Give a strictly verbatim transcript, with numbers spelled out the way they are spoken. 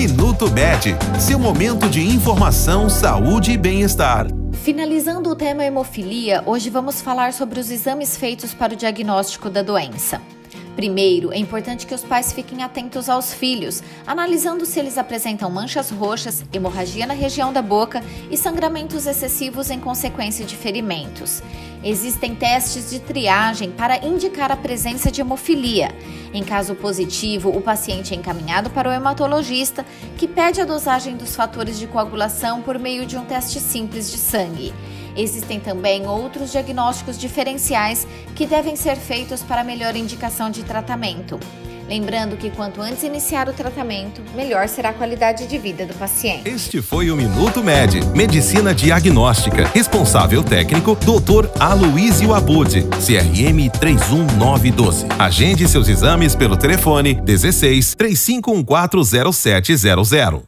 Minuto Med, seu momento de informação, saúde e bem-estar. Finalizando o tema hemofilia, hoje vamos falar sobre os exames feitos para o diagnóstico da doença. Primeiro, é importante que os pais fiquem atentos aos filhos, analisando se eles apresentam manchas roxas, hemorragia na região da boca e sangramentos excessivos em consequência de ferimentos. Existem testes de triagem para indicar a presença de hemofilia. Em caso positivo, o paciente é encaminhado para o hematologista, que pede a dosagem dos fatores de coagulação por meio de um teste simples de sangue. Existem também outros diagnósticos diferenciais que devem ser feitos para melhor indicação de tratamento. Lembrando que quanto antes iniciar o tratamento, melhor será a qualidade de vida do paciente. Este foi o Minuto Med, Medicina Diagnóstica. Responsável técnico, doutor Aloysio Abud, C R M três um nove um dois. Agende seus exames pelo telefone dezesseis, três cinco um quatro, zero sete zero zero.